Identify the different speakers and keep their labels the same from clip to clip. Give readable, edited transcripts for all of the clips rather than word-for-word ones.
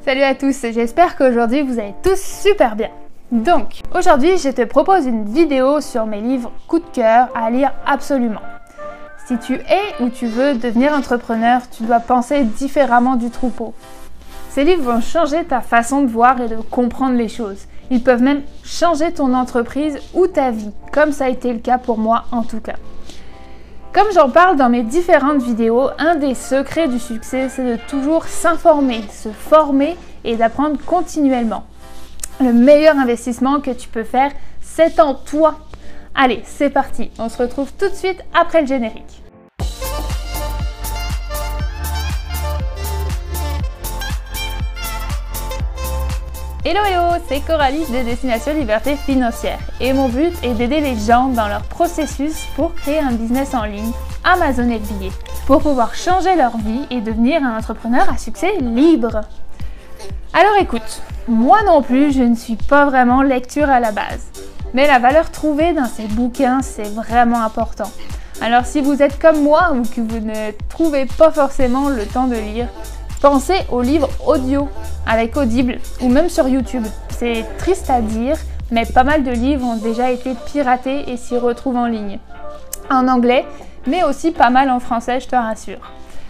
Speaker 1: Salut à tous, j'espère qu'aujourd'hui vous allez tous super bien. Donc, aujourd'hui je te propose une vidéo sur mes livres coup de cœur à lire absolument. Si tu es ou tu veux devenir entrepreneur, tu dois penser différemment du troupeau. Ces livres vont changer ta façon de voir et de comprendre les choses. Ils peuvent même changer ton entreprise ou ta vie, comme ça a été le cas pour moi en tout cas. Comme j'en parle dans mes différentes vidéos, un des secrets du succès, c'est de toujours s'informer, se former et d'apprendre continuellement. Le meilleur investissement que tu peux faire, c'est en toi. Allez, c'est parti, on se retrouve tout de suite après le générique. Hello hello, c'est Coralie de Destination Liberté Financière et mon but est d'aider les gens dans leur processus pour créer un business en ligne, Amazon FBA, pour pouvoir changer leur vie et devenir un entrepreneur à succès libre. Alors écoute, moi non plus je ne suis pas vraiment lecture à la base, mais la valeur trouvée dans ces bouquins c'est vraiment important. Alors si vous êtes comme moi ou que vous ne trouvez pas forcément le temps de lire, pensez aux livres audio avec Audible ou même sur YouTube. C'est triste à dire, mais pas mal de livres ont déjà été piratés et s'y retrouvent en ligne. En anglais, mais aussi pas mal en français, je te rassure.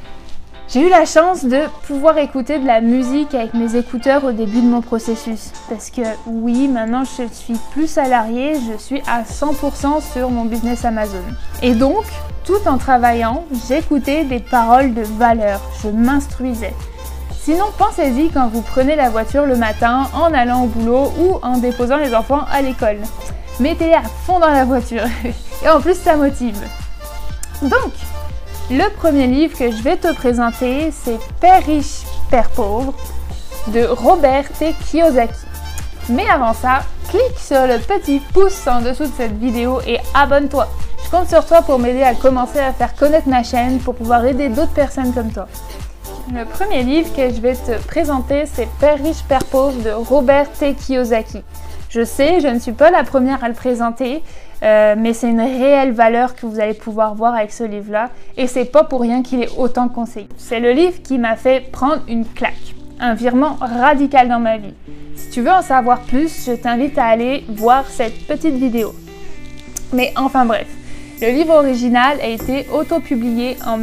Speaker 1: J'ai eu la chance de pouvoir écouter de la musique avec mes écouteurs au début de mon processus. Parce que oui, maintenant je suis plus salariée, je suis à 100% sur mon business Amazon. Et donc, tout en travaillant, j'écoutais des paroles de valeur, je m'instruisais. Sinon, pensez-y quand vous prenez la voiture le matin, en allant au boulot ou en déposant les enfants à l'école. Mettez-les à fond dans la voiture et en plus ça motive. Donc, le premier livre que je vais te présenter, c'est Père riche, Père pauvre de Robert T. Kiyosaki. Mais avant ça, clique sur le petit pouce en dessous de cette vidéo et abonne-toi. Je compte sur toi pour m'aider à commencer à faire connaître ma chaîne pour pouvoir aider d'autres personnes comme toi. Le premier livre que je vais te présenter, c'est Père riche, Père pauvre de Robert T. Kiyosaki. Je sais, je ne suis pas la première à le présenter, mais c'est une réelle valeur que vous allez pouvoir voir avec ce livre-là, et c'est pas pour rien qu'il est autant conseillé. C'est le livre qui m'a fait prendre une claque, un virement radical dans ma vie. Si tu veux en savoir plus, je t'invite à aller voir cette petite vidéo. Mais enfin bref, le livre original a été autopublié en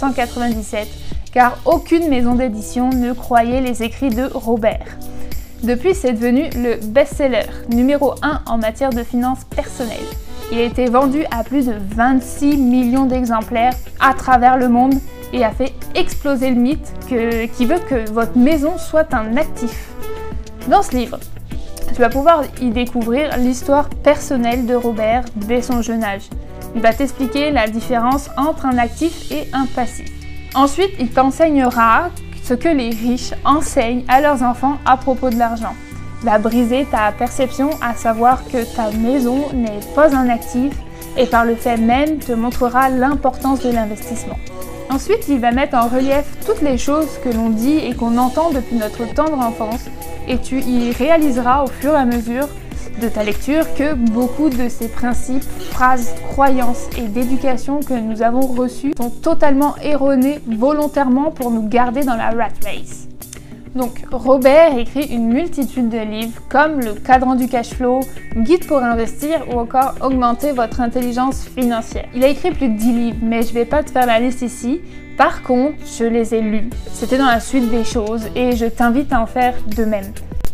Speaker 1: 1997, car aucune maison d'édition ne croyait les écrits de Robert. Depuis, c'est devenu le best-seller, numéro 1 en matière de finances personnelles. Il a été vendu à plus de 26 millions d'exemplaires à travers le monde et a fait exploser le mythe qui veut que votre maison soit un actif. Dans ce livre, tu vas pouvoir y découvrir l'histoire personnelle de Robert dès son jeune âge. Il va t'expliquer la différence entre un actif et un passif. Ensuite, il t'enseignera ce que les riches enseignent à leurs enfants à propos de l'argent. Il va briser ta perception à savoir que ta maison n'est pas un actif et par le fait même te montrera l'importance de l'investissement. Ensuite, il va mettre en relief toutes les choses que l'on dit et qu'on entend depuis notre tendre enfance et tu y réaliseras au fur et à mesure de ta lecture que beaucoup de ces principes, phrases, croyances et d'éducation que nous avons reçus sont totalement erronés volontairement pour nous garder dans la rat race. Donc, Robert écrit une multitude de livres comme le Cadran du cash flow, Guide pour investir ou encore Augmenter votre intelligence financière. Il a écrit plus de 10 livres, mais je ne vais pas te faire la liste ici. Par contre, je les ai lus. C'était dans la suite des choses et je t'invite à en faire de même.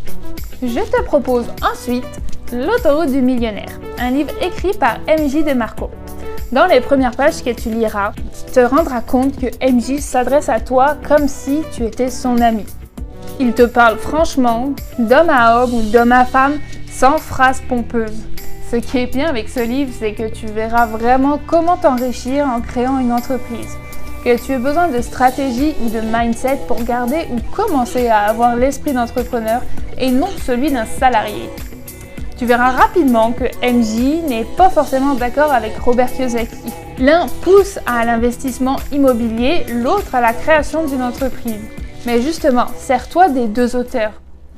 Speaker 1: Je te propose ensuite L'autoroute du millionnaire, un livre écrit par MJ DeMarco. Dans les premières pages que tu liras, tu te rendras compte que MJ s'adresse à toi comme si tu étais son ami. Il te parle franchement, d'homme à homme ou d'homme à femme, sans phrases pompeuses. Ce qui est bien avec ce livre, c'est que tu verras vraiment comment t'enrichir en créant une entreprise. Que tu aies besoin de stratégie ou de mindset pour garder ou commencer à avoir l'esprit d'entrepreneur et non celui d'un salarié. Tu verras rapidement que MJ n'est pas forcément d'accord avec Robert Kiyosaki. L'un pousse à l'investissement immobilier, l'autre à la création d'une entreprise. Mais justement, sers-toi des deux auteurs.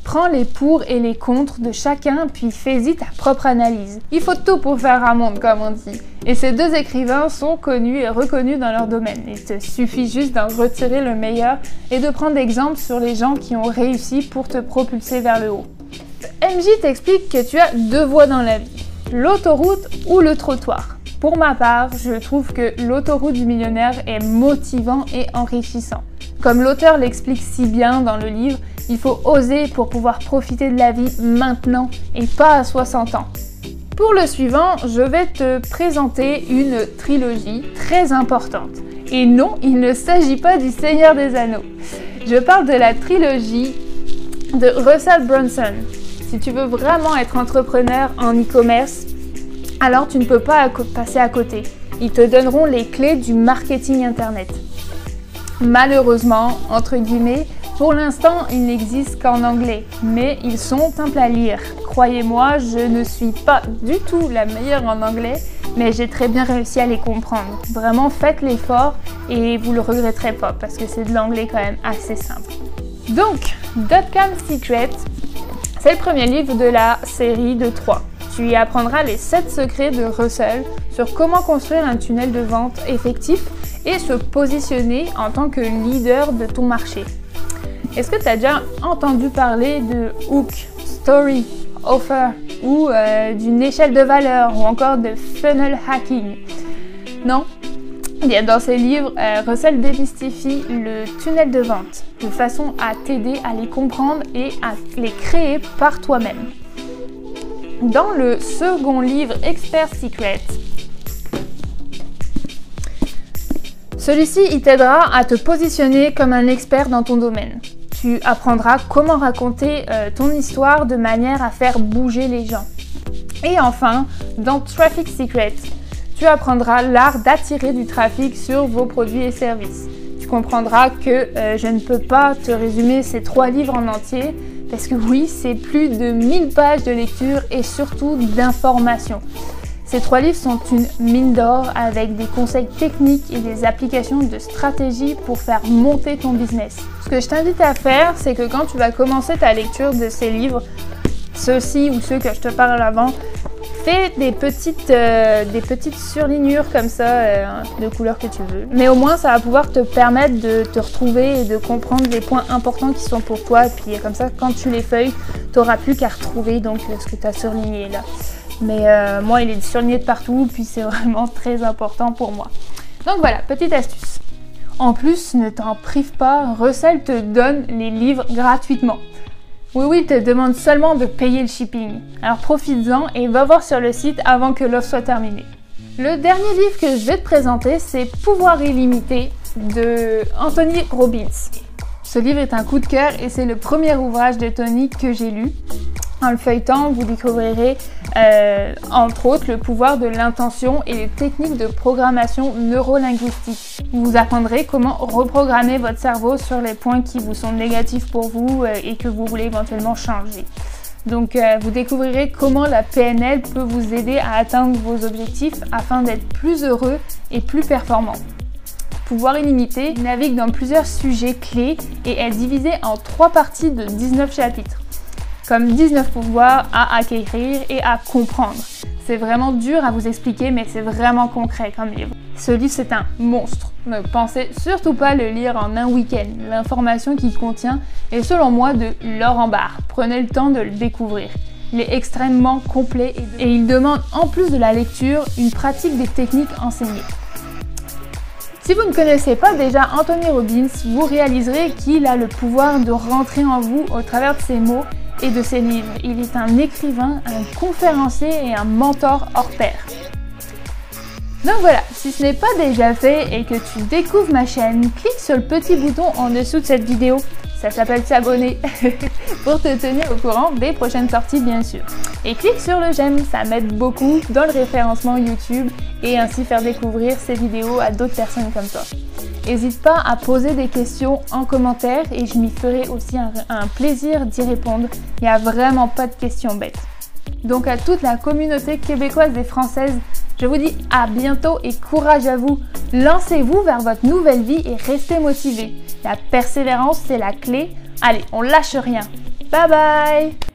Speaker 1: Prends les pour et les contre de chacun, puis fais-y ta propre analyse. Il faut tout pour faire un monde, comme on dit. Et ces deux écrivains sont connus et reconnus dans leur domaine. Il te suffit juste d'en retirer le meilleur et de prendre exemple sur les gens qui ont réussi pour te propulser vers le haut. MJ t'explique que tu as deux voies dans la vie, l'autoroute ou le trottoir. Pour ma part, je trouve que l'autoroute du millionnaire est motivant et enrichissant. Comme l'auteur l'explique si bien dans le livre, il faut oser pour pouvoir profiter de la vie maintenant et pas à 60 ans. Pour le suivant, je vais te présenter une trilogie très importante. Et non, il ne s'agit pas du Seigneur des Anneaux. Je parle de la trilogie de Russell Brunson. Si tu veux vraiment être entrepreneur en e-commerce, alors tu ne peux pas passer à côté. Ils te donneront les clés du marketing internet. Malheureusement, entre guillemets, pour l'instant, ils n'existent qu'en anglais, mais ils sont simples à lire. Croyez-moi, je ne suis pas du tout la meilleure en anglais, mais j'ai très bien réussi à les comprendre. Vraiment, faites l'effort et vous le regretterez pas, parce que c'est de l'anglais quand même assez simple. Donc, Dotcom Secret, c'est le premier livre de la série de 3. Tu y apprendras les 7 secrets de Russell sur comment construire un tunnel de vente effectif et se positionner en tant que leader de ton marché. Est-ce que tu as déjà entendu parler de hook, story, offer ou d'une échelle de valeur ou encore de funnel hacking? Non? Bien, dans ses livres, Russell démystifie le tunnel de vente de façon à t'aider à les comprendre et à les créer par toi-même. Dans le second livre, Expert Secret, celui-ci il t'aidera à te positionner comme un expert dans ton domaine. Tu apprendras comment raconter ton histoire de manière à faire bouger les gens. Et enfin, dans Traffic Secret, tu apprendras l'art d'attirer du trafic sur vos produits et services. Tu comprendras que je ne peux pas te résumer ces 3 livres en entier, parce que oui, c'est plus de 1000 pages de lecture et surtout d'informations. Ces 3 livres sont une mine d'or avec des conseils techniques et des applications de stratégie pour faire monter ton business. Ce que je t'invite à faire, c'est que quand tu vas commencer ta lecture de ces livres, ceux-ci ou ceux que je te parle avant, fais des petites surlignures comme ça, de couleur que tu veux. Mais au moins, ça va pouvoir te permettre de te retrouver et de comprendre les points importants qui sont pour toi. Et puis comme ça, quand tu les feuilles, tu n'auras plus qu'à retrouver donc, ce que tu as surligné là. Mais moi, il est surligné de partout, puis c'est vraiment très important pour moi. Donc voilà, petite astuce. En plus, ne t'en prive pas, Russell te donne les livres gratuitement. Oui, il te demande seulement de payer le shipping. Alors profites-en et va voir sur le site avant que l'offre soit terminée. Le dernier livre que je vais te présenter, c'est Pouvoir illimité de Anthony Robbins. Ce livre est un coup de cœur et c'est le premier ouvrage de Tony que j'ai lu. En le feuilletant, vous découvrirez entre autres le pouvoir de l'intention et les techniques de programmation neurolinguistique. Vous apprendrez comment reprogrammer votre cerveau sur les points qui vous sont négatifs pour vous et que vous voulez éventuellement changer. Donc vous découvrirez comment la PNL peut vous aider à atteindre vos objectifs afin d'être plus heureux et plus performant. Pouvoir illimité navigue dans plusieurs sujets clés et est divisé en 3 parties de 19 chapitres. Comme 19 pouvoirs à acquérir et à comprendre. C'est vraiment dur à vous expliquer, mais c'est vraiment concret comme livre. Ce livre, c'est un monstre. Ne pensez surtout pas le lire en un week-end. L'information qu'il contient est selon moi de l'or en barre. Prenez le temps de le découvrir. Il est extrêmement complet et il demande en plus de la lecture une pratique des techniques enseignées. Si vous ne connaissez pas déjà Anthony Robbins, vous réaliserez qu'il a le pouvoir de rentrer en vous au travers de ses mots et de ses livres. Il est un écrivain, un conférencier et un mentor hors pair. Donc voilà, si ce n'est pas déjà fait et que tu découvres ma chaîne, clique sur le petit bouton en dessous de cette vidéo. Ça s'appelle s'abonner pour te tenir au courant des prochaines sorties bien sûr. Et clique sur le j'aime, ça m'aide beaucoup dans le référencement YouTube et ainsi faire découvrir ces vidéos à d'autres personnes comme toi. N'hésite pas à poser des questions en commentaire et je m'y ferai aussi un plaisir d'y répondre. Il n'y a vraiment pas de questions bêtes. Donc à toute la communauté québécoise et française, je vous dis à bientôt et courage à vous. Lancez-vous vers votre nouvelle vie et restez motivés. La persévérance, c'est la clé. Allez, on lâche rien. Bye bye!